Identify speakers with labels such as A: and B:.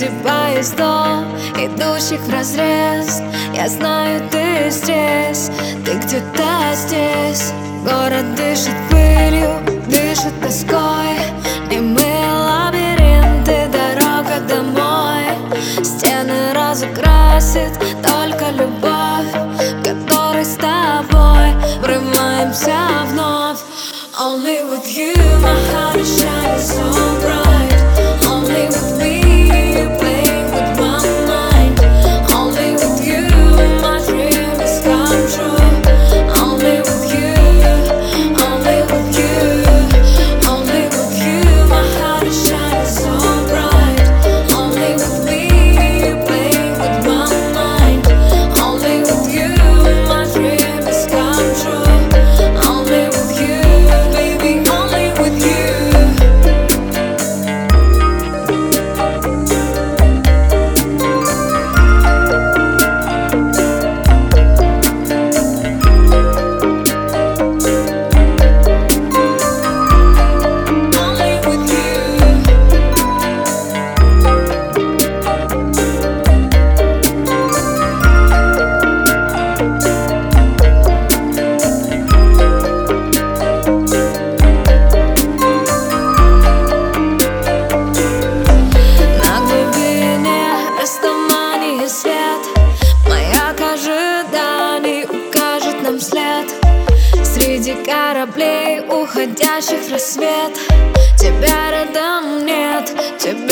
A: среди поездов, идущих вразрез. Я знаю, ты здесь, ты где-то здесь. Город дышит пылью, дышит тоской. Немые лабиринты, дорога домой. Стены разукрасит только любовь, которой с тобой врываемся вновь. Only with you my heart is shining so bright. Only with me you're playing with my mind. Only with you my dream has come true. Only with you, only with you. Only with you my heart is shining so bright. Only with me you're playing with my mind. Only with you my dream has come true. Only with you. Среди кораблей, уходящих в рассвет, тебя рядом нет.